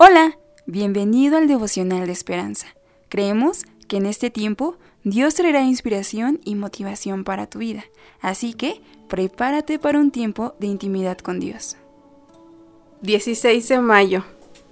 Hola, bienvenido al Devocional de Esperanza. Creemos que en este tiempo Dios traerá inspiración y motivación para tu vida, así que prepárate para un tiempo de intimidad con Dios. 16 de mayo.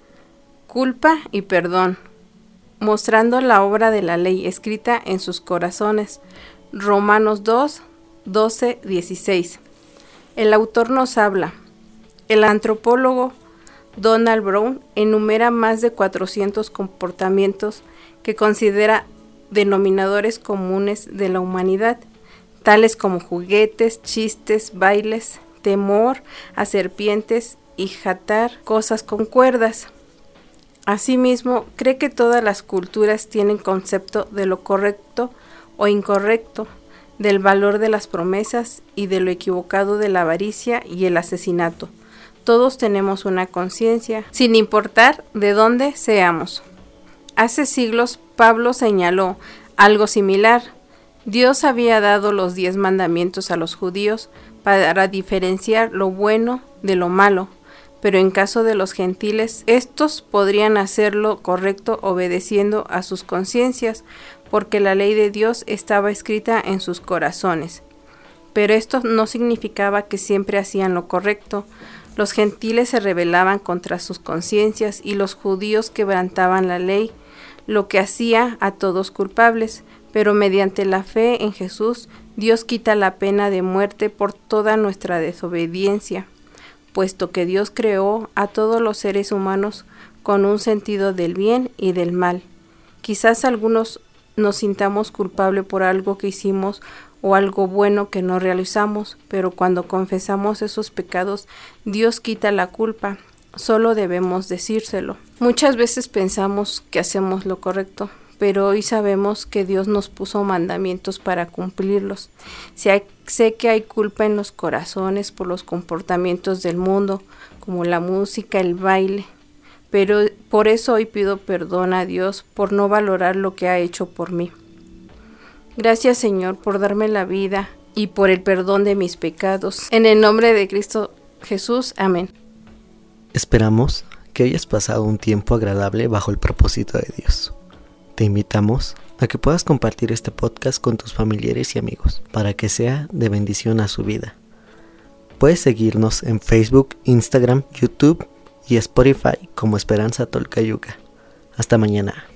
Culpa y perdón. Mostrando la obra de la ley escrita en sus corazones. Romanos 2, 12, 16. El autor nos habla. El antropólogo Donald Brown enumera más de 400 comportamientos que considera denominadores comunes de la humanidad, tales como juguetes, chistes, bailes, temor a serpientes y jatar cosas con cuerdas. Asimismo, cree que todas las culturas tienen concepto de lo correcto o incorrecto, del valor de las promesas y de lo equivocado de la avaricia y el asesinato. Todos tenemos una conciencia, sin importar de dónde seamos. Hace siglos Pablo señaló algo similar. Dios había dado los 10 mandamientos a los judíos para diferenciar lo bueno de lo malo, pero en caso de los gentiles, estos podrían hacer lo correcto obedeciendo a sus conciencias, porque la ley de Dios estaba escrita en sus corazones. Pero esto no significaba que siempre hacían lo correcto. Los gentiles se rebelaban contra sus conciencias y los judíos quebrantaban la ley, lo que hacía a todos culpables, pero mediante la fe en Jesús, Dios quita la pena de muerte por toda nuestra desobediencia, puesto que Dios creó a todos los seres humanos con un sentido del bien y del mal. Quizás algunos nos sintamos culpables por algo que hicimos o algo bueno que no realizamos, pero cuando confesamos esos pecados, Dios quita la culpa. Solo debemos decírselo. Muchas veces pensamos que hacemos lo correcto, pero hoy sabemos que Dios nos puso mandamientos para cumplirlos. Sé que hay culpa en los corazones por los comportamientos del mundo, como la música, el baile, pero por eso hoy pido perdón a Dios por no valorar lo que ha hecho por mí. Gracias, Señor, por darme la vida y por el perdón de mis pecados. En el nombre de Cristo Jesús. Amén. Esperamos que hayas pasado un tiempo agradable bajo el propósito de Dios. Te invitamos a que puedas compartir este podcast con tus familiares y amigos para que sea de bendición a su vida. Puedes seguirnos en Facebook, Instagram, YouTube y Spotify como Esperanza Tolcayuca. Hasta mañana.